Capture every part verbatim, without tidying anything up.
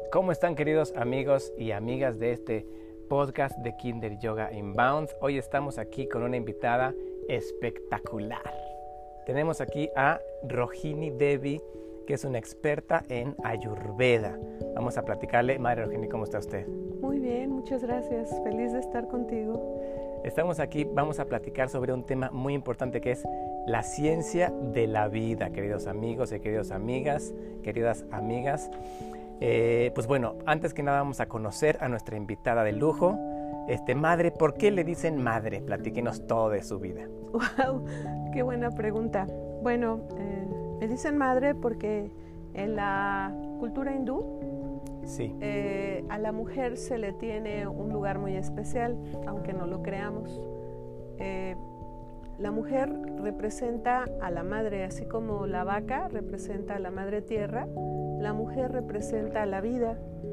¿Cómo están, queridos amigos y amigas de este podcast de Kinder Yoga Inbound? Hoy estamos aquí con una invitada espectacular. Tenemos aquí a Rohini Devi, que es una experta en Ayurveda. Vamos a platicarle. Madre Rohini, ¿cómo está usted? Muy bien, muchas gracias. Feliz de estar contigo. Estamos aquí, vamos a platicar sobre un tema muy importante que es la ciencia de la vida, queridos amigos y queridas amigas, queridas amigas. Eh, pues bueno, antes que nada vamos a conocer a nuestra invitada de lujo. Este, madre, ¿por qué le dicen madre? Platíquenos todo de su vida. ¡Wow! ¡Qué buena pregunta! Bueno, eh, me dicen madre porque en la cultura hindú sí. eh, a la mujer se le tiene un lugar muy especial, aunque no lo creamos. Eh, la mujer representa a la madre, así como la vaca representa a la madre tierra. La mujer representa la vida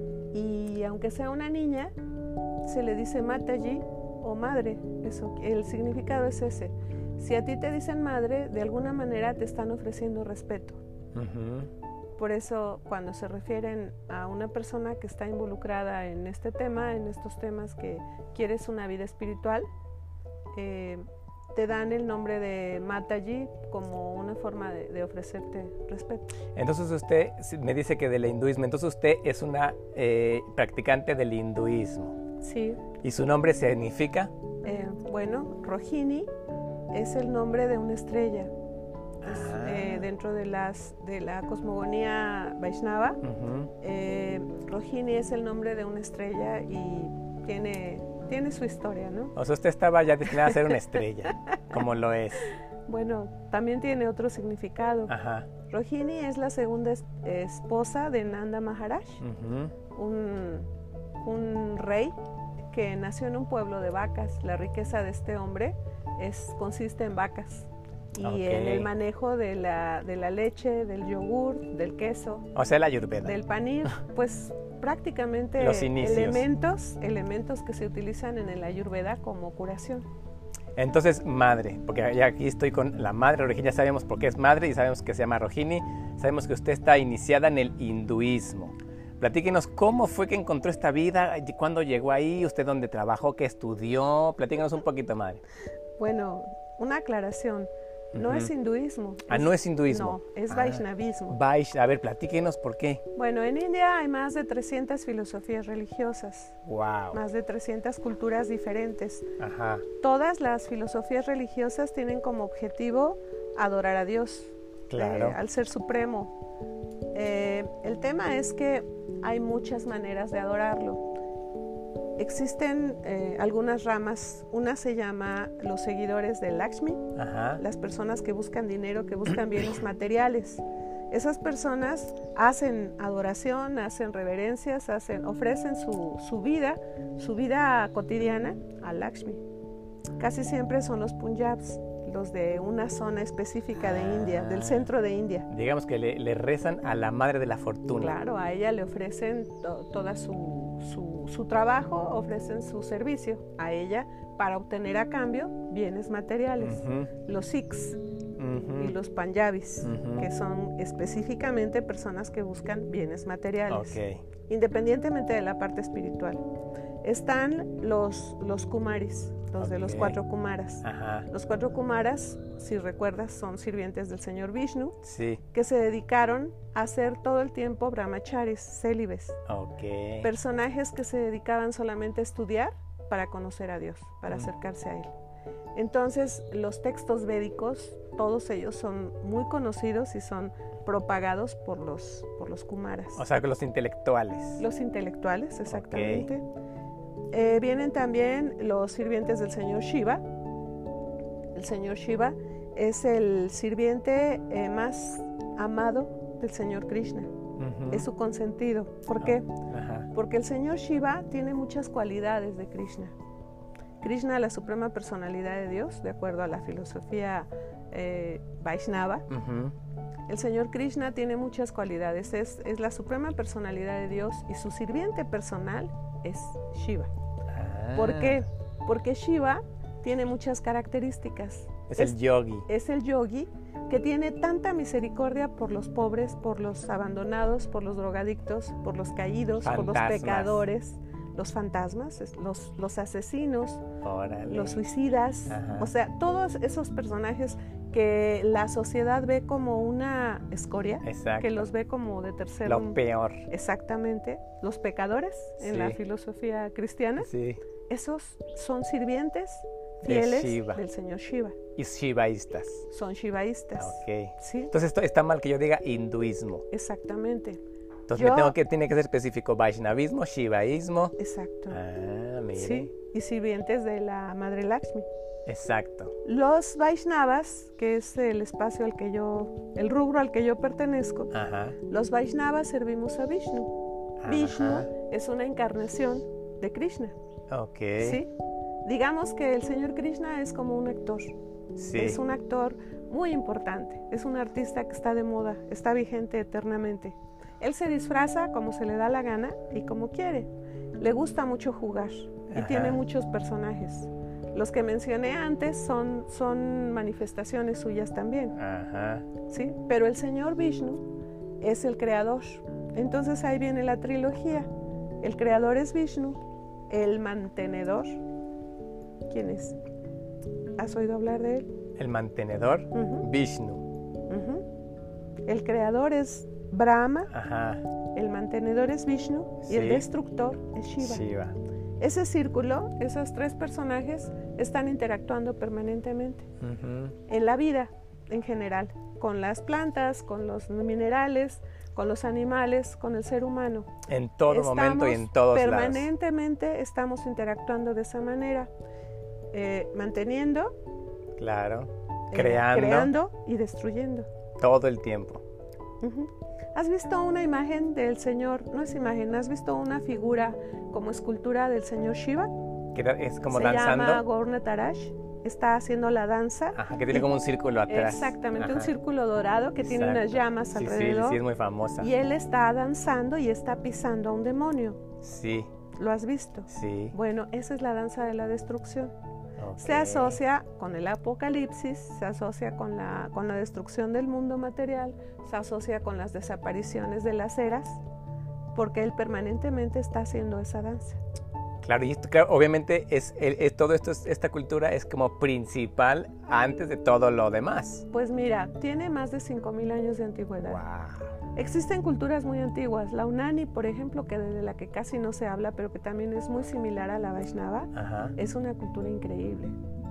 y aunque sea una niña, se le dice Mataji o madre. Eso, el significado es ese. Si a ti te dicen madre, de alguna manera te están ofreciendo respeto. Uh-huh. Por eso, cuando se refieren a una persona que está involucrada en este tema, en estos temas que quieres una vida espiritual, eh, te dan el nombre de Mataji como una forma de, de ofrecerte respeto. Entonces usted me dice que del hinduismo, entonces usted es una eh, practicante del hinduismo. Sí. ¿Y su nombre significa? Eh, bueno, Rohini es el nombre de una estrella. Es, ah. eh, dentro de, las, de la cosmogonía Vaishnava, uh-huh. eh, Rohini es el nombre de una estrella y tiene... Tiene su historia, ¿no? O sea, usted estaba ya destinada a ser una estrella, como lo es. Bueno, también tiene otro significado. Ajá. Rohini es la segunda es, esposa de Nanda Maharaj, uh-huh. un, un rey que nació en un pueblo de vacas. La riqueza de este hombre es, consiste en vacas y okay. en el manejo de la, de la leche, del yogur, del queso. O sea, la Ayurveda. Del panir, pues... prácticamente los inicios. elementos, elementos que se utilizan en el Ayurveda como curación. Entonces, madre, porque ya aquí estoy con la madre Rohini, ya sabemos por qué es madre y sabemos que se llama Rohini, sabemos que usted está iniciada en el hinduismo. Platíquenos cómo fue que encontró esta vida, cuándo llegó ahí, usted dónde trabajó, qué estudió, platíquenos un poquito, madre. Bueno, una aclaración. No uh-huh. es hinduismo. Ah, es, no es hinduismo. No, es ah, vaishnavismo. Vaish, a ver, platíquenos por qué. Bueno, en India hay más de trescientas filosofías religiosas. Wow. Más de trescientas culturas diferentes. Ajá. Todas las filosofías religiosas tienen como objetivo adorar a Dios. Claro. Eh, al Ser Supremo. Eh, el tema es que hay muchas maneras de adorarlo. Existen eh, algunas ramas, una se llama los seguidores de Lakshmi, Ajá. las personas que buscan dinero, que buscan bienes materiales. Esas personas hacen adoración, hacen reverencias, hacen, ofrecen su, su vida, su vida cotidiana a Lakshmi. Casi siempre son los Punjabs, los de una zona específica de ah, India, del centro de India. Digamos que le, le rezan a la madre de la fortuna. Claro, a ella le ofrecen to, toda su, su, su trabajo, ofrecen su servicio a ella para obtener a cambio bienes materiales. Uh-huh. Los Sikhs uh-huh. y los Punjabis, uh-huh. que son específicamente personas que buscan bienes materiales, okay. independientemente de la parte espiritual. Están los, los Kumaris, los okay. de los cuatro Kumaras. Ajá. Los cuatro Kumaras, si recuerdas, son sirvientes del señor Vishnu, sí. que se dedicaron a hacer todo el tiempo brahmacharis, célibes. Okay. Personajes que se dedicaban solamente a estudiar para conocer a Dios, para mm. acercarse a Él. Entonces, los textos védicos, todos ellos son muy conocidos y son propagados por los, por los Kumaras. O sea, que los intelectuales. Los intelectuales, exactamente. Okay. Eh, vienen también los sirvientes del señor Shiva. El señor Shiva es el sirviente eh, más amado del señor Krishna. Uh-huh. Es su consentido. ¿Por qué? Uh-huh. Porque el señor Shiva tiene muchas cualidades de Krishna. Krishna, la suprema personalidad de Dios, de acuerdo a la filosofía eh, Vaishnava. Uh-huh. El señor Krishna tiene muchas cualidades. Es, es la suprema personalidad de Dios y su sirviente personal es Shiva. Ah. ¿Por qué? Porque Shiva tiene muchas características. Es, es el yogi. Es el yogi que tiene tanta misericordia por los pobres, por los abandonados, por los drogadictos, por los caídos, Fantasmas. por los pecadores, los fantasmas, los, los asesinos, Órale. los suicidas, Ajá. o sea, todos esos personajes que la sociedad ve como una escoria, Exacto. que los ve como de tercer Lo peor. Exactamente, los pecadores en Sí. la filosofía cristiana, Sí. esos son sirvientes De fieles Shiva. del señor Shiva, Y shivaístas. son shivaístas. Ok. Sí, Entonces esto está mal que yo diga hinduismo. exactamente. Entonces Yo- me tengo que, tiene que ser específico. Vaishnavismo, shivaísmo. Exacto. Ah, mire. Sí, y sirvientes de la Madre Lakshmi. Exacto. Los Vaishnavas, que es el espacio al que yo, el rubro al que yo pertenezco, Ajá. los Vaishnavas servimos a Vishnu. Vishnu Ajá. es una encarnación de Krishna. Ok. ¿Sí? Digamos que el señor Krishna es como un actor. Sí. Es un actor muy importante. Es un artista que está de moda, está vigente eternamente. Él se disfraza como se le da la gana y como quiere. Le gusta mucho jugar y Ajá. tiene muchos personajes. Los que mencioné antes son, son manifestaciones suyas también, Ajá. ¿sí? Pero el señor Vishnu es el creador. Entonces ahí viene la trilogía. El creador es Vishnu, el mantenedor, ¿quién es? ¿Has oído hablar de él? El mantenedor, Ujú, Vishnu. ujú. El creador es Brahma, Ajá. el mantenedor es Vishnu y el Sí. destructor es Shiva. Shiva. Ese círculo, esos tres personajes están interactuando permanentemente Ujú. en la vida en general, con las plantas, con los minerales, con los animales, con el ser humano. En todo Estamos momento y en todos lados. permanentemente estamos interactuando de esa manera, eh, manteniendo, Claro. eh, Creando creando y destruyendo. todo el tiempo. Ujú. ¿Has visto una imagen del señor? No es imagen, ¿has visto una figura como escultura del señor Shiva? Que da- es como Se danzando. llama Gaur Tarash. Está haciendo la danza. Ajá, que tiene como un círculo atrás. Exactamente, un Ajá. círculo dorado que tiene unas Exacto. llamas Sí, alrededor. Sí, sí, es muy famosa. Y él está danzando y está pisando a un demonio. Sí, ¿Lo has visto? sí. Bueno, esa es la danza de la destrucción. Ok. Se asocia con el apocalipsis, se asocia con la, con la destrucción del mundo material, se asocia con las desapariciones de las eras, porque él permanentemente está haciendo esa danza. Claro, y esto, claro, obviamente es, el- es- todo esto, es- esta cultura es como principal antes de todo lo demás. Pues mira, tiene más de cinco mil años de antigüedad. Wow. Existen culturas muy antiguas. La Unani, por ejemplo, que de la que casi no se habla, pero que también es muy similar a la Vaishnava, Ajá. es una cultura increíble.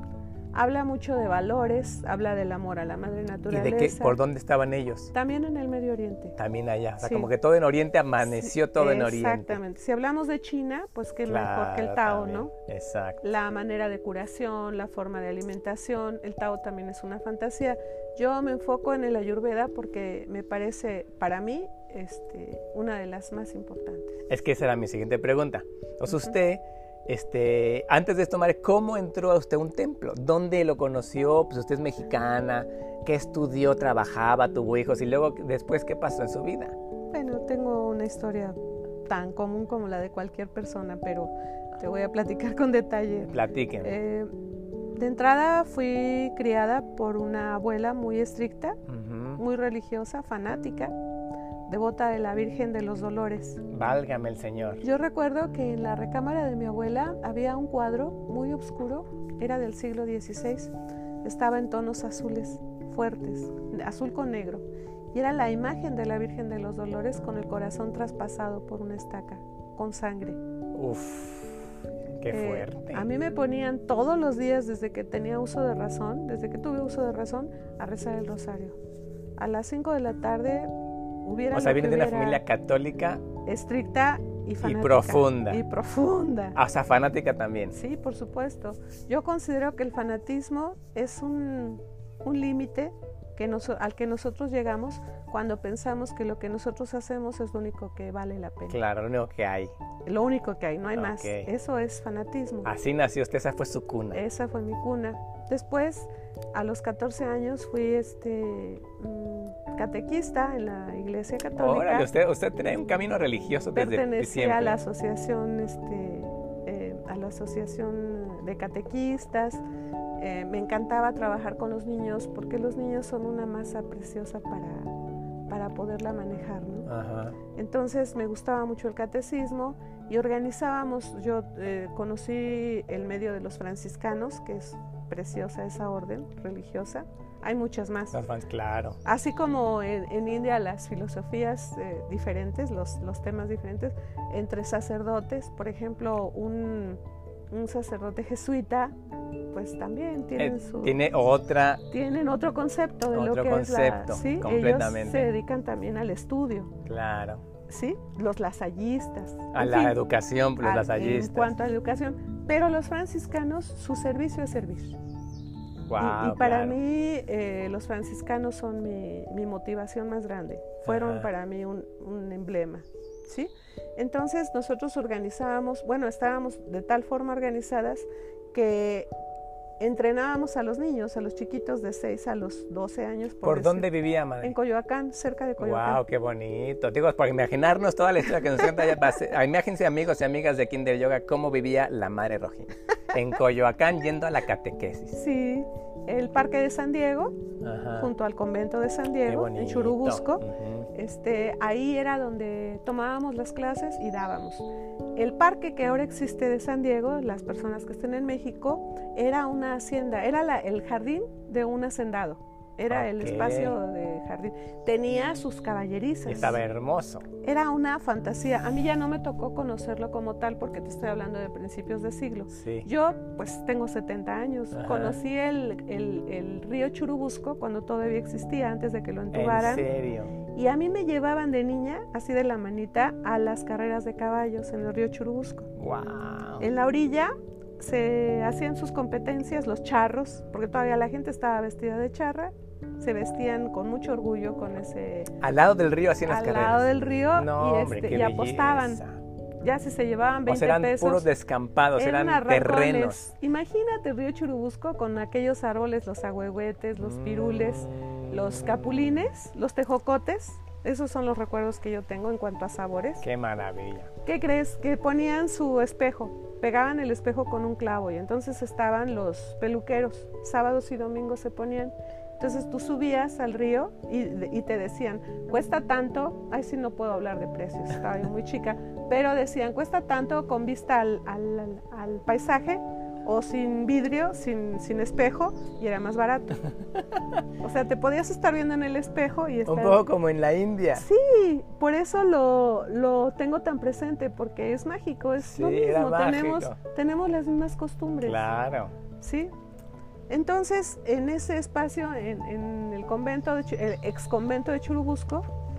Habla mucho de valores, habla del amor a la madre ¿Y naturaleza. de qué, por dónde estaban ellos? También en el Medio Oriente. También allá. O sea, Sí. como que todo en Oriente amaneció Sí, todo en Oriente. Exactamente. Si hablamos de China, pues qué mejor que el Claro, Tao, también. ¿no? Exacto. La manera de curación, la forma de alimentación, el Tao también es una fantasía. Yo me enfoco en el Ayurveda porque me parece, para mí, este, una de las más importantes. Es que esa era mi siguiente pregunta. O sea, Ujú. usted, este, antes de esto, María, ¿cómo entró a usted a un templo? ¿Dónde lo conoció? Pues usted es mexicana. ¿Qué estudió? ¿Trabajaba? ¿Tuvo hijos? Y luego, después, ¿qué pasó en su vida? Bueno, tengo una historia tan común como la de cualquier persona, pero te voy a platicar con detalle. Platíquenme. Eh, de entrada fui criada por una abuela muy estricta, Ujú. muy religiosa, fanática, devota de la Virgen de los Dolores. Válgame el Señor. Yo recuerdo que en la recámara de mi abuela había un cuadro muy oscuro, era del siglo dieciséis, estaba en tonos azules fuertes, azul con negro, y era la imagen de la Virgen de los Dolores con el corazón traspasado por una estaca, con sangre. Uf, qué Eh, fuerte. a mí me ponían todos los días desde que tenía uso de razón, desde que tuve uso de razón, a rezar el rosario. A las cinco de la tarde hubiera O sea, lo viene que de una hubiera, familia católica estricta y fanática. profunda. Y profunda. o sea, fanática también. Sí, por supuesto. Yo considero que el fanatismo es un, un límite que nos, al que nosotros llegamos cuando pensamos que lo que nosotros hacemos es lo único que vale la pena. Claro, lo único que hay. Lo único que hay, no hay más. Ok. Eso es fanatismo. Así nació usted, esa fue su cuna. Esa fue mi cuna. Después, a los catorce años, fui este, mm, catequista en la iglesia católica. Órale, usted, usted tenía un camino religioso desde Pertenecía siempre. a la asociación, este, eh, a la asociación de catequistas. eh, me encantaba trabajar con los niños porque los niños son una masa preciosa para, para poderla manejar, ¿no? Ajá. Entonces me gustaba mucho el catecismo y organizábamos, yo eh, conocí el medio de los franciscanos, que es preciosa esa orden religiosa. Hay muchas más. Las fans, claro. Así como en, en India las filosofías eh, diferentes, los, los temas diferentes, entre sacerdotes, por ejemplo, un, un sacerdote jesuita, pues también tienen eh, su... Tiene otra... Tienen otro concepto de otro lo que concepto, es la... Sí, completamente. ellos se dedican también al estudio. Claro. Sí, los lasallistas. A en la fin, educación, los a- lasallistas. En cuanto a la educación. Pero los franciscanos, su servicio es servir. Wow, y, y para claro. mí eh, los franciscanos son mi, mi motivación más grande. Fueron Ajá. para mí un, un emblema, ¿sí? Entonces nosotros organizábamos, bueno, estábamos de tal forma organizadas que entrenábamos a los niños, a los chiquitos de seis a los doce años. Por, ¿Por decir, dónde vivía, madre? En Coyoacán, cerca de Coyoacán. Wow, qué bonito. Digo, para imaginarnos toda la historia que nos cuenta ya pasé. Imagínense, amigos y amigas de Kinder Yoga, cómo vivía la madre Roji. En Coyoacán, yendo a la catequesis. Sí, el Parque de San Diego, Ajá. junto al convento de San Qué Diego, bonito. en Churubusco. Ujú. Este, ahí era donde tomábamos las clases y dábamos. El parque que ahora existe de San Diego, las personas que estén en México, era una hacienda, era la, el jardín de un hacendado, era Ok. el espacio de jardín. Tenía sus caballerizas. Y estaba hermoso. Era una fantasía. A mí ya no me tocó conocerlo como tal porque te estoy hablando de principios de siglo. Sí. Yo pues tengo setenta años. Ajá. Conocí el, el, el río Churubusco cuando todavía existía, antes de que lo entubaran. ¿En serio? Y a mí me llevaban de niña, así de la manita, a las carreras de caballos en el río Churubusco. Wow. En la orilla se hacían sus competencias, los charros, porque todavía la gente estaba vestida de charra, se vestían con mucho orgullo con ese... Al lado del río hacían las al carreras. lado del río No, y, hombre, este, qué y apostaban. belleza. Ya si se llevaban O veinte sea, eran pesos. puros descampados, eran, arrancones. terrenos. Imagínate el río Churubusco con aquellos árboles, los ahuehuetes, los pirules, Mm. los capulines, los tejocotes. Esos son los recuerdos que yo tengo en cuanto a sabores. Qué maravilla. ¿Qué crees? Que ponían su espejo, pegaban el espejo con un clavo y entonces estaban los peluqueros, sábados y domingos se ponían. Entonces tú subías al río y, y te decían, cuesta tanto, ay sí no puedo hablar de precios, estaba yo muy chica, pero decían, cuesta tanto con vista al, al, al, al paisaje o sin vidrio, sin, sin espejo, y era más barato. O sea, te podías estar viendo en el espejo y estar... Un poco como en la India. Sí, por eso lo, lo tengo tan presente, porque es mágico, es Sí, lo era mismo, tenemos, mágico. tenemos las mismas costumbres. Claro. ¿Sí? Entonces, en ese espacio, en, en el convento, de, Chu- el ex convento de Churubusco,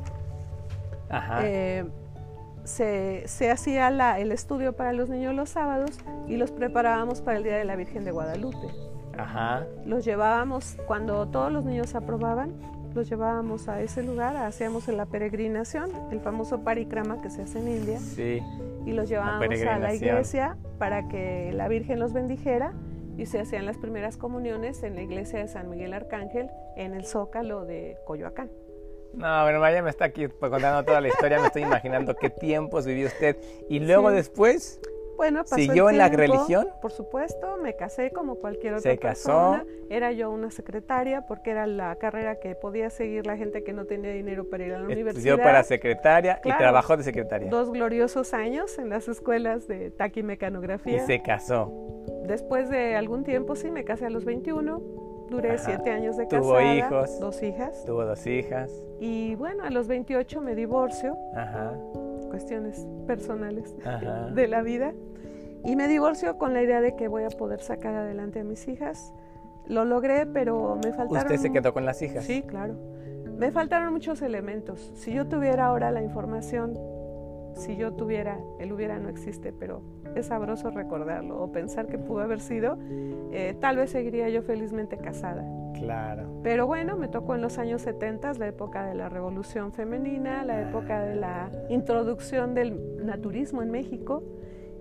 Ajá. eh, se, se hacía la, el estudio para los niños los sábados y los preparábamos para el Día de la Virgen de Guadalupe. Ajá. Los llevábamos, cuando todos los niños aprobaban, los llevábamos a ese lugar, hacíamos la peregrinación, el famoso parikrama que se hace en India, Sí. y los llevábamos a la peregrinación. iglesia para que la Virgen los bendijera y se hacían las primeras comuniones en la iglesia de San Miguel Arcángel en el Zócalo de Coyoacán. No, bueno, María me está aquí contando toda la historia, me estoy imaginando qué tiempos vivió usted. Y luego Sí. después, Bueno, pasó ¿siguió el en la tiempo, religión? Por supuesto, me casé como cualquier otra Se casó. persona. Era yo una secretaria porque era la carrera que podía seguir la gente que no tenía dinero para ir a la estudió universidad. para secretaria Claro. y trabajó de secretaria. Dos gloriosos años en las escuelas de Y taquimecanografía. se casó. Después de algún tiempo, sí, me casé a los veintiuno. Duré Ajá. siete años de Tuvo casada. hijos. Dos hijas. Tuvo dos hijas. Y bueno, a los veintiocho me divorcio. Ajá. Cuestiones personales Ajá. de la vida. Y me divorcio con la idea de que voy a poder sacar adelante a mis hijas. Lo logré, pero me faltaron... ¿Usted se quedó con las hijas? Sí, claro. Me faltaron muchos elementos. Si yo tuviera ahora la información, si yo tuviera, el hubiera no existe, pero es sabroso recordarlo o pensar que pudo haber sido, eh, tal vez seguiría yo felizmente casada. Claro. Pero bueno, me tocó en los años setenta, la época de la revolución femenina, la época de la introducción del naturismo en México.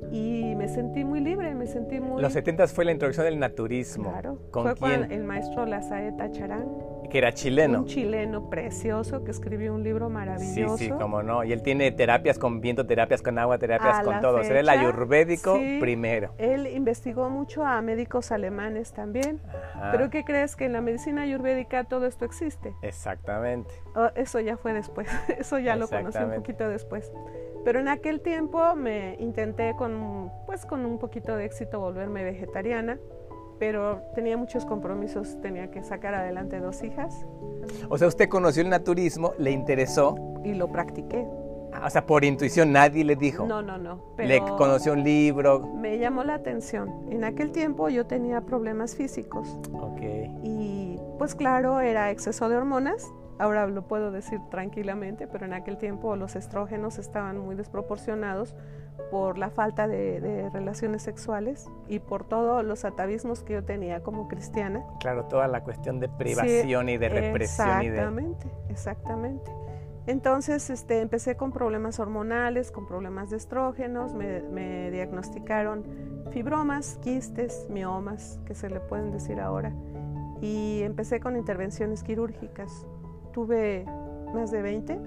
y me sentí muy libre, me sentí muy... Los setentas fue la introducción del naturismo. Claro, ¿Con fue quién? con el maestro Lazaeta Charán. Que era chileno. Un chileno precioso que escribió un libro maravilloso. Sí, sí, cómo no. Y él tiene terapias con viento, terapias con agua, terapias A con la todo. fecha, Era el ayurvédico sí, primero. Él investigó mucho a médicos alemanes también. Ajá. Pero ¿qué crees? Que en la medicina ayurvédica todo esto existe. Exactamente. Oh, eso ya fue después, eso ya lo conocí un poquito después. Pero en aquel tiempo me intenté con, pues, con un poquito de éxito volverme vegetariana, pero tenía muchos compromisos, tenía que sacar adelante dos hijas. O sea, usted conoció el naturismo, le interesó. Y lo practiqué. O sea, por intuición, nadie le dijo. No, no, no. Pero le conoció un libro. Me llamó la atención. En aquel tiempo yo tenía problemas físicos. Ok. Y pues claro, era exceso de hormonas. Ahora lo puedo decir tranquilamente, pero en aquel tiempo los estrógenos estaban muy desproporcionados por la falta de, de relaciones sexuales y por todos los atavismos que yo tenía como cristiana. Claro, toda la cuestión de privación sí, y de represión. Exactamente, y de... exactamente. Entonces este, empecé con problemas hormonales, con problemas de estrógenos, me, me diagnosticaron fibromas, quistes, miomas, que se le pueden decir ahora, y empecé con intervenciones quirúrgicas. Tuve más de veinte.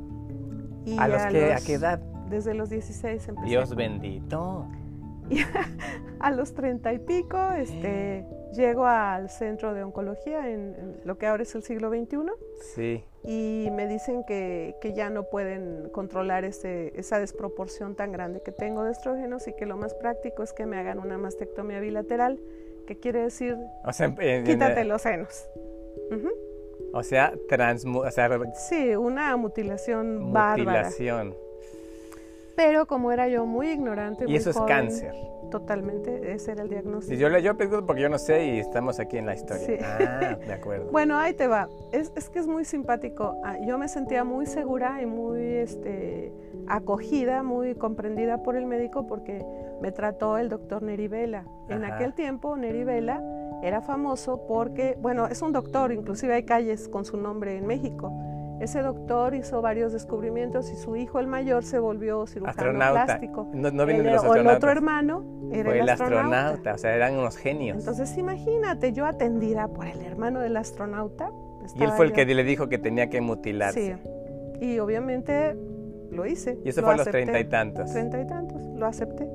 Y ¿A, los a, que, los, ¿A qué edad? Desde los dieciséis empecé. Dios con... bendito. Y a, a los treinta y pico este, llego al centro de oncología en, en lo que ahora es el siglo veintiuno. Sí. Y me dicen que, que ya no pueden controlar ese, esa desproporción tan grande que tengo de estrógenos y que lo más práctico es que me hagan una mastectomía bilateral, que quiere decir, o sea, en, quítate en, los senos. Uh-huh. O sea, transmu o sea, sí, una mutilación, mutilación bárbara. Pero como era yo muy ignorante, y muy eso es joven, cáncer. Totalmente, ese era el diagnóstico. Sí, yo le yo pregunto porque yo no sé y estamos aquí en la historia. Sí. Ah, de acuerdo. Bueno, ahí te va. Es, es que es muy simpático. Yo me sentía muy segura y muy este, acogida, muy comprendida por el médico porque me trató el doctor Neri Vela. En Ajá. aquel tiempo, Neri Vela era famoso porque, bueno, es un doctor, inclusive hay calles con su nombre en México. Ese doctor hizo varios descubrimientos y su hijo, el mayor, se volvió cirujano astronauta. plástico. No, no viene el, de los o astronautas. el otro hermano era Fue el, el astronauta. astronauta. O sea, eran unos genios. Entonces, imagínate, yo atendida por el hermano del astronauta. Y él fue el yo... que le dijo que tenía que mutilarse. Sí, y obviamente lo hice. Y eso lo fue a acepté. los treinta y tantos. Treinta y tantos, lo acepté.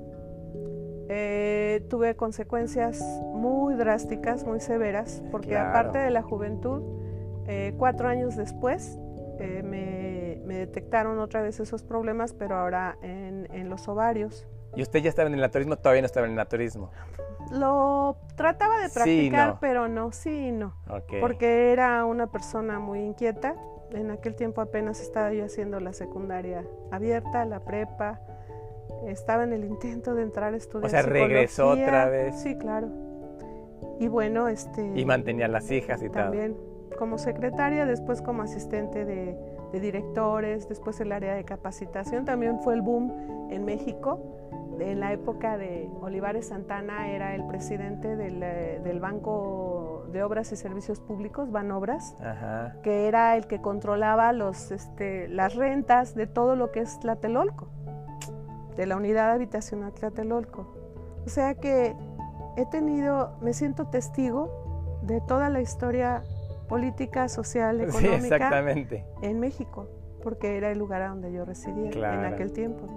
Eh, tuve consecuencias muy drásticas, muy severas, porque claro. aparte de la juventud, eh, cuatro años después eh, me, me detectaron otra vez esos problemas, pero ahora en, en los ovarios. ¿Y usted ya estaba en el naturismo? Todavía no estaba en el naturismo. Lo trataba de practicar, sí, no. pero no, sí y no. Okay. Porque era una persona muy inquieta. En aquel tiempo apenas estaba yo haciendo la secundaria abierta, la prepa. Estaba en el intento de entrar a estudiar. O sea, regresó otra vez. Sí, claro. Y bueno, este... Y mantenía las hijas y también, todo. También como secretaria, después como asistente de, de directores, después el área de capacitación. También fue el boom en México. En la época de Olivares Santana era el presidente del, del Banco de Obras y Servicios Públicos, Banobras, Ajá. que era el que controlaba los, este, las rentas de todo lo que es Tlatelolco, de la unidad habitacional Tlatelolco. O sea que he tenido, me siento testigo de toda la historia política, social, económica sí, exactamente. En México, porque era el lugar a donde yo residía claro. en aquel tiempo.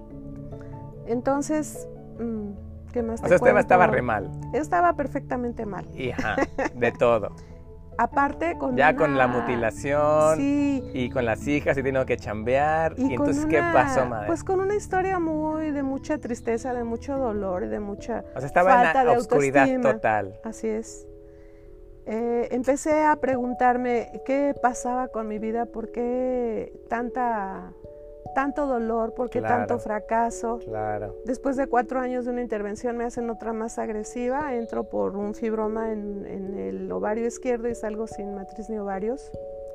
Entonces, ¿qué más te O sea, usted cuento? estaba re mal. Estaba perfectamente mal. Y, ajá, de todo. Aparte con Ya una... con la mutilación sí. y con las hijas y teniendo que chambear. Y, y entonces, una... ¿qué pasó, madre? Pues con una historia muy de mucha tristeza, de mucho dolor, de mucha O sea, estaba falta en la de oscuridad autoestima. total. Así es. Eh, empecé a preguntarme qué pasaba con mi vida, por qué tanta... tanto dolor, porque claro, tanto fracaso. Claro. Después de cuatro años de una intervención me hacen otra más agresiva, entro por un fibroma en, en el ovario izquierdo y salgo sin matriz ni ovarios.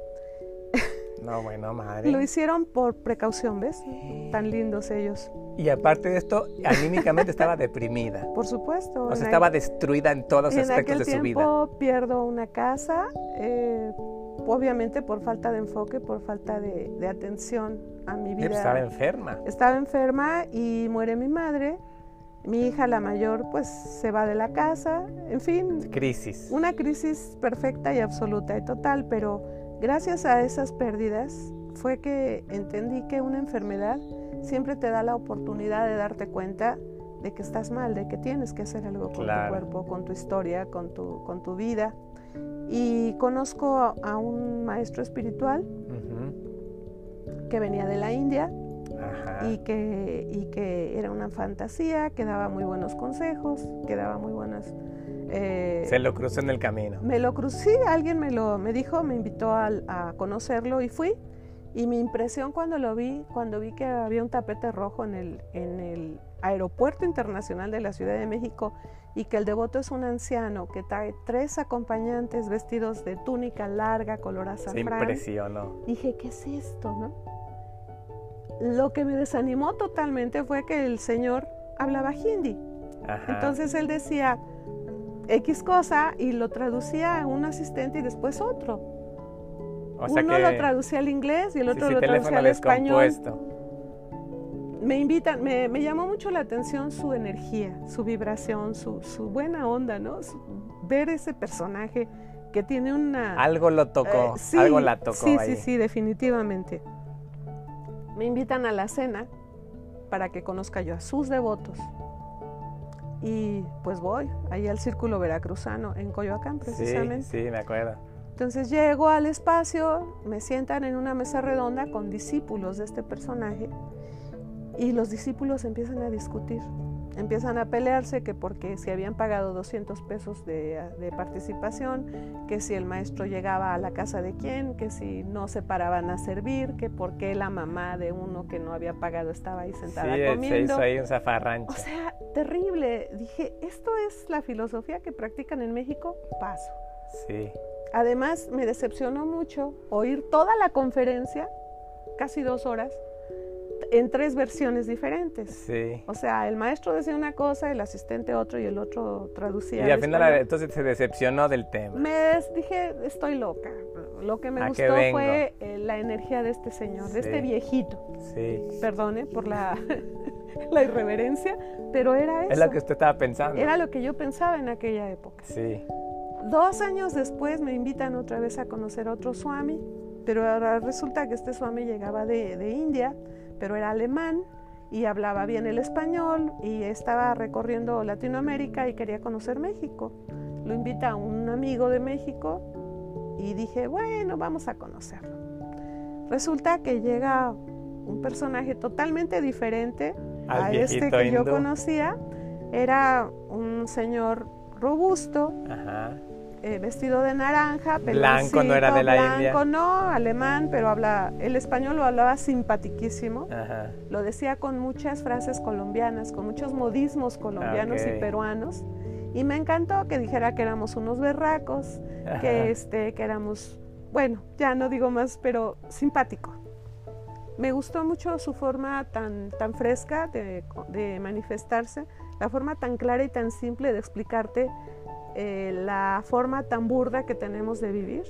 No, bueno, madre. Lo hicieron por precaución, ¿ves? Tan lindos ellos. Y aparte de esto, anímicamente estaba deprimida. Por supuesto. O sea, estaba destruida en todos los en aspectos aquel de su vida. tiempo pierdo una casa, eh, obviamente por falta de enfoque, por falta de, de atención a mi vida. Estaba enferma. Estaba enferma y muere mi madre. Mi hija, la mayor, pues se va de la casa. En fin. Crisis. Una crisis perfecta y absoluta y total, pero gracias a esas pérdidas fue que entendí que una enfermedad siempre te da la oportunidad de darte cuenta de que estás mal, de que tienes que hacer algo con Claro. tu cuerpo, con tu historia, con tu, con tu vida. Y conozco a, a un maestro espiritual Uh-huh. que venía de la India Ajá. y que, y que era una fantasía, que daba muy buenos consejos, que daba muy buenas... Eh, Se lo cruzó en el camino. Me lo crucé, alguien me lo me dijo, me invitó a, a conocerlo y fui. Y mi impresión cuando lo vi, cuando vi que había un tapete rojo en el, en el Aeropuerto Internacional de la Ciudad de México y que el devoto es un anciano que trae tres acompañantes vestidos de túnica larga, color Se azafrán. impresionó. Dije, ¿qué es esto, no? Lo que me desanimó totalmente fue que el señor hablaba hindi. Ajá. Entonces él decía X cosa y lo traducía a un asistente y después otro. O sea Uno que, lo traducía al inglés y el otro sí, sí, lo traducía teléfono al español. descompuesto. Me invitan, me, me llamó mucho la atención su energía, su vibración, su, su buena onda, ¿no? Su- ver ese personaje que tiene una... Algo lo tocó, Eh, sí, algo la tocó sí, ahí. sí, sí, definitivamente. Me invitan a la cena para que conozca yo a sus devotos. Y pues voy ahí al Círculo Veracruzano en Coyoacán, precisamente. Sí, sí, me acuerdo. Entonces llego al espacio, me sientan en una mesa redonda con discípulos de este personaje y los discípulos empiezan a discutir, empiezan a pelearse que porque si habían pagado doscientos pesos de, de participación, que si el maestro llegaba a la casa de quién, que si no se paraban a servir, que por qué la mamá de uno que no había pagado estaba ahí sentada Sí, comiendo. se hizo ahí un zafarrancho. O sea, terrible. Dije, ¿esto es la filosofía que practican en México? Paso. Sí. Además, me decepcionó mucho oír toda la conferencia, casi dos horas, en tres versiones diferentes. Sí. O sea, el maestro decía una cosa, el asistente otro y el otro traducía. Y al al final español. entonces se decepcionó del tema. Me des- dije, estoy loca. Lo que me ¿A qué gustó vengo? fue eh, la energía de este señor, de Sí. este viejito. Sí. Perdone por la, la irreverencia, pero era eso. Es lo que usted estaba pensando. Era lo que yo pensaba en aquella época. Sí. Dos años después me invitan otra vez a conocer a otro Swami, pero ahora resulta que este Swami llegaba de, de India, pero era alemán y hablaba bien el español y estaba recorriendo Latinoamérica y quería conocer México. Lo invita a un amigo de México y dije, bueno, vamos a conocerlo. Resulta que llega un personaje totalmente diferente Al a este viejito que yo hindú. conocía. Era un señor robusto, Ajá. eh, vestido de naranja, Blanco, no era de la blanco, India. no, alemán, pero habla, el español lo hablaba simpaticísimo. Ajá. Lo decía con muchas frases colombianas, con muchos modismos colombianos Ok. y peruanos. Y me encantó que dijera que éramos unos berracos, Ajá. que, este, que éramos, bueno, ya no digo más, pero simpático. Me gustó mucho su forma tan, tan fresca de, de manifestarse, la forma tan clara y tan simple de explicarte eh, la forma tan burda que tenemos de vivir,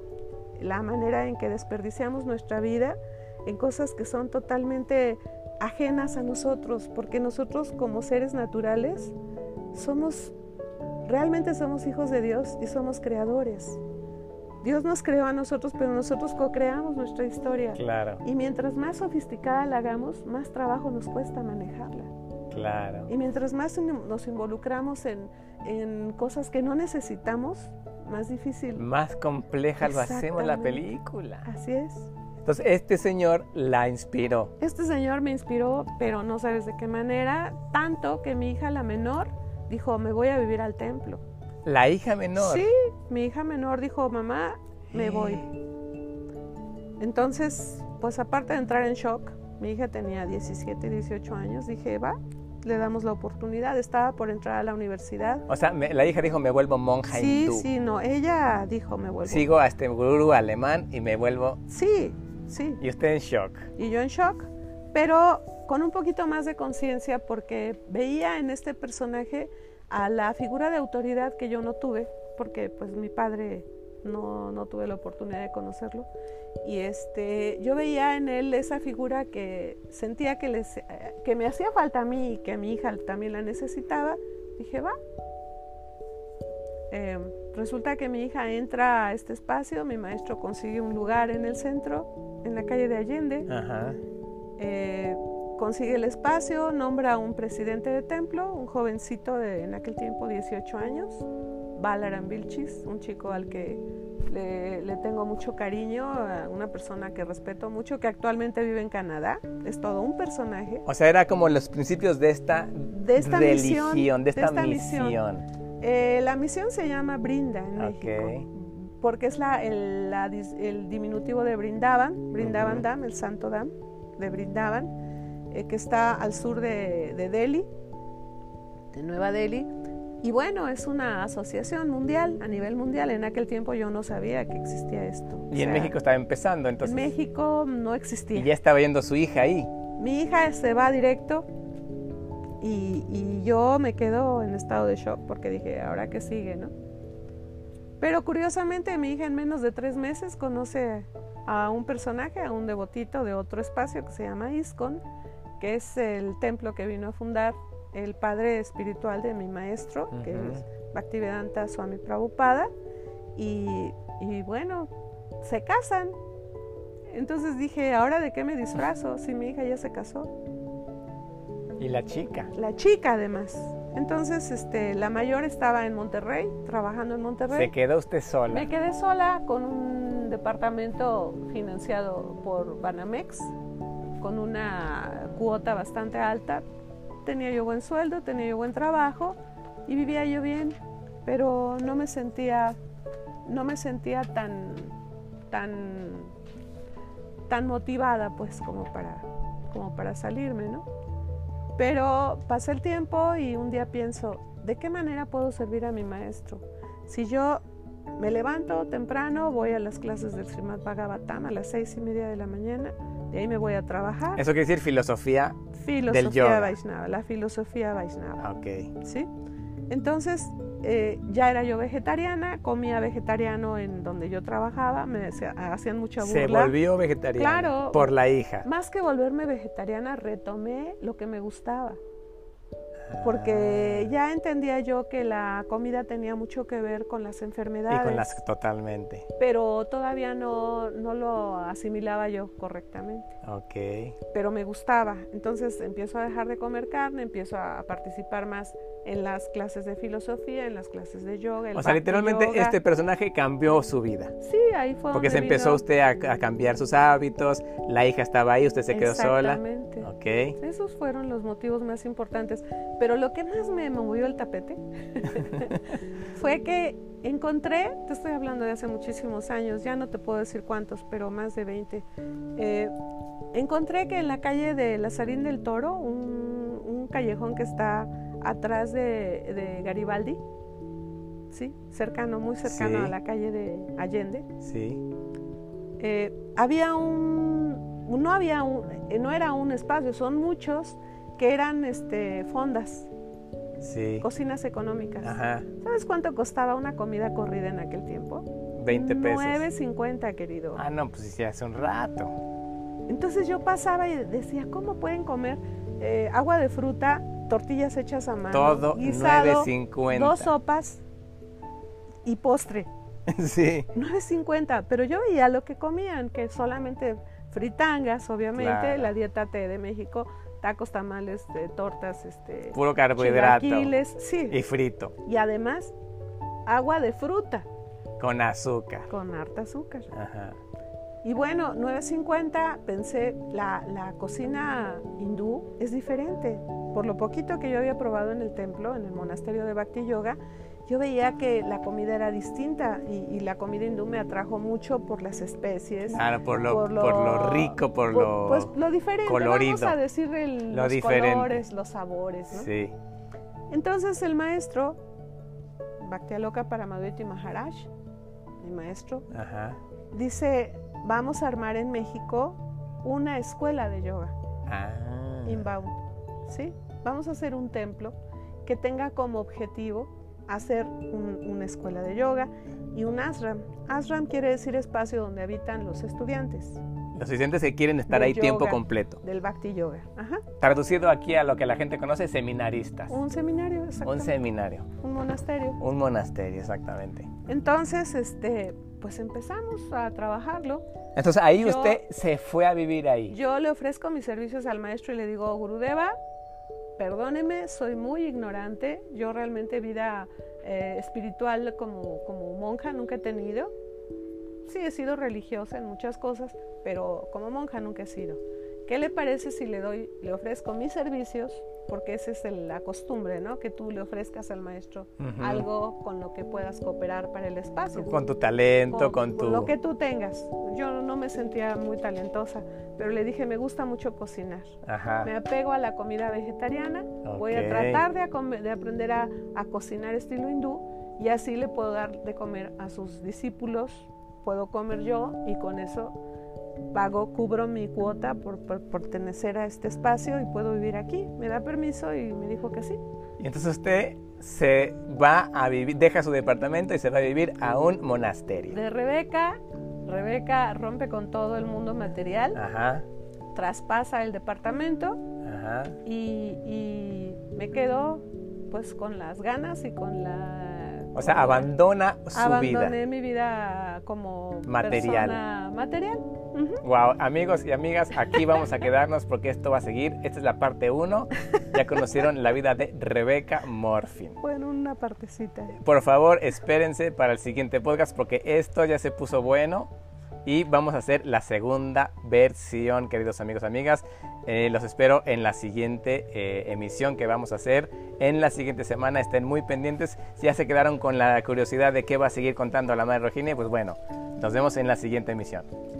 la manera en que desperdiciamos nuestra vida en cosas que son totalmente ajenas a nosotros, porque nosotros como seres naturales somos, realmente somos hijos de Dios y somos creadores. Dios nos creó a nosotros, pero nosotros co-creamos nuestra historia. Claro, Y mientras más sofisticada la hagamos, más trabajo nos cuesta manejarla. claro. Y mientras más in- nos involucramos en, en cosas que no necesitamos, más difícil. Más compleja lo hacemos la Exactamente. película. Así es. Entonces, este señor la inspiró. Este señor me inspiró, pero no sabes de qué manera, tanto que mi hija, la menor, dijo, me voy a vivir al templo. La hija menor. Sí, mi hija menor dijo, mamá, me voy. Entonces, pues aparte de entrar en shock, mi hija tenía diecisiete, dieciocho años, dije, va, le damos la oportunidad. Estaba por entrar a la universidad. O sea, me- la hija dijo, me vuelvo monja Sí, hindú. sí, no, ella dijo, me vuelvo. Sigo a este gurú alemán y me vuelvo... Sí, sí. Y usted en shock. Y yo en shock, pero con un poquito más de conciencia porque veía en este personaje a la figura de autoridad que yo no tuve, porque pues mi padre no, no tuve la oportunidad de conocerlo. Y este, yo veía en él esa figura que sentía que, les, que me hacía falta a mí y que a mi hija también la necesitaba. Dije, va. Eh, resulta que mi hija entra a este espacio, mi maestro consigue un lugar en el centro, en la calle de Allende. Ajá. Eh, consigue el espacio, nombra a un presidente de templo, un jovencito de en aquel tiempo dieciocho años, Balaram Vilchis, un chico al que le, le tengo mucho cariño, una persona que respeto mucho, que actualmente vive en Canadá, es todo un personaje. O sea, era como los principios de esta, de esta religión, misión, de esta, de esta misión. misión. Eh, la misión se llama Brinda en Okay. México, porque es la, el, la, el diminutivo de Brindavan, Brindavan uh-huh. Dham, el santo Dham de Brindavan, eh, que está al sur de, de Delhi, de Nueva Delhi. Y bueno, es una asociación mundial, a nivel mundial. En aquel tiempo yo no sabía que existía esto. Y o en sea, México estaba empezando, entonces. En México no existía. Y ya estaba yendo su hija ahí. Mi hija se va directo y, y yo me quedo en estado de shock porque dije, ¿ahora qué sigue, no? Pero curiosamente mi hija en menos de tres meses conoce a un personaje, a un devotito de otro espacio que se llama ISKCON, que es el templo que vino a fundar el padre espiritual de mi maestro, uh-huh. que es Bhaktivedanta Swami Prabhupada, y, y bueno, se casan. Entonces dije, ¿ahora de qué me disfrazo si mi hija ya se casó? ¿Y la chica? La chica, además. Entonces, este, la mayor estaba en Monterrey, trabajando en Monterrey. ¿Se quedó usted sola? Me quedé sola con un departamento financiado por Banamex, con una cuota bastante alta. Tenía yo buen sueldo, tenía yo buen trabajo y vivía yo bien, pero no me sentía, no me sentía tan, tan, tan motivada, pues, como para, como para salirme, ¿no? Pero pasa el tiempo y un día pienso, ¿de qué manera puedo servir a mi maestro? Si yo me levanto temprano, voy a las clases del Srimad Bhagavatam a las seis y media de la mañana, de ahí me voy a trabajar. Eso quiere decir filosofía, filosofía del yoga. Vaishnava, la filosofía Vaishnava. Okay. ¿Sí? Entonces, eh, ya era yo vegetariana, comía vegetariano en donde yo trabajaba, me hacían mucha burla. Se volvió vegetariana, claro, por la hija. Más que volverme vegetariana, retomé lo que me gustaba. Porque ya entendía yo que la comida tenía mucho que ver con las enfermedades. Y con las totalmente. Pero todavía no, no lo asimilaba yo correctamente. Ok. Pero me gustaba. Entonces empiezo a dejar de comer carne, empiezo a participar más en las clases de filosofía, en las clases de yoga. El o sea, literalmente yoga. Este personaje cambió su vida. Sí, ahí fue Porque donde se empezó vino... usted a, a cambiar sus hábitos, la hija estaba ahí, usted se quedó sola. Exactamente. Okay. Esos fueron los motivos más importantes. Pero lo que más me movió el tapete fue que encontré, te estoy hablando de hace muchísimos años, ya no te puedo decir cuántos, pero más de veinte. Eh, encontré que en la calle de Lazarín del Toro, un, un callejón que está atrás de, de Garibaldi, ¿sí? Cercano, muy cercano sí. a la calle de Allende. Sí. Eh, había un, no había un, no era un espacio, son muchos que eran este, fondas, sí. cocinas económicas. Ajá. ¿Sabes cuánto costaba una comida corrida en aquel tiempo? veinte pesos. nueve cincuenta, querido. Ah, no, pues sí, hace un rato. Entonces yo pasaba y decía, ¿cómo pueden comer eh, agua de fruta, tortillas hechas a mano, todo guisado, nueve cincuenta, dos sopas y postre? Sí. nueve cincuenta, pero yo veía lo que comían, que solamente fritangas, obviamente, claro. La dieta T de México, tacos, tamales, de tortas, este, puro carbohidrato sí. y frito. Y además, agua de fruta. Con azúcar. Con harta azúcar. Ajá. Y bueno, nueve cincuenta, pensé, la, la cocina hindú es diferente. Por lo poquito que yo había probado en el templo, en el monasterio de Bhakti Yoga, yo veía que la comida era distinta y, y la comida hindú me atrajo mucho por las especies. Claro, por lo, por lo, por lo rico, por, por lo pues, lo diferente, colorido. Vamos a decir el, lo los diferente. colores, los sabores, ¿no? Sí. Entonces el maestro, Bhakti Aloka Paramadviti Maharaj, mi maestro, Ajá. dice, vamos a armar en México una escuela de yoga. Ah. Inbound, ¿sí? Vamos a hacer un templo que tenga como objetivo hacer un, una escuela de yoga y un ashram. Ashram quiere decir espacio donde habitan los estudiantes. Los estudiantes que quieren estar ahí yoga, tiempo completo. Del Bhakti Yoga. Ajá. Traducido aquí a lo que la gente conoce, seminaristas. Un seminario, exactamente. Un seminario. Un monasterio. Un monasterio, exactamente. Entonces, este, pues empezamos a trabajarlo. Entonces ahí yo, usted se fue a vivir ahí. Yo le ofrezco mis servicios al maestro y le digo, Gurudeva, perdóneme, soy muy ignorante. Yo realmente vida eh, espiritual como, como monja nunca he tenido. Sí, he sido religiosa en muchas cosas, pero como monja nunca he sido. ¿Qué le parece si le doy, le ofrezco mis servicios? Porque esa es el, la costumbre, ¿no? Que tú le ofrezcas al maestro uh-huh. algo con lo que puedas cooperar para el espacio. Con tu talento, con, con tu... Con lo que tú tengas. Yo no me sentía muy talentosa, pero le dije, me gusta mucho cocinar. Ajá. Me apego a la comida vegetariana. Okay. Voy a tratar de, a, de aprender a, a cocinar estilo hindú y así le puedo dar de comer a sus discípulos. Puedo comer yo y con eso pago, cubro mi cuota por, por pertenecer a este espacio y puedo vivir aquí. Me da permiso y me dijo que sí. Y entonces usted se va a vivir, deja su departamento y se va a vivir a un monasterio. De Rebeca, Rebeca rompe con todo el mundo material, Ajá. traspasa el departamento Ajá. Y, y me quedo pues con las ganas y con la... O sea, abandona su Abandoné vida. Abandoné mi vida como material. persona material. Uh-huh. Wow, amigos y amigas, aquí vamos a quedarnos porque esto va a seguir. Esta es la parte uno. Ya conocieron la vida de Rebeca Morfin. Bueno, una partecita. Por favor, espérense para el siguiente podcast porque esto ya se puso bueno. Y vamos a hacer la segunda versión, queridos amigos y amigas. Eh, los espero en la siguiente eh, emisión que vamos a hacer en la siguiente semana. Estén muy pendientes. Si ya se quedaron con la curiosidad de qué va a seguir contando la madre Rohini, pues bueno, nos vemos en la siguiente emisión.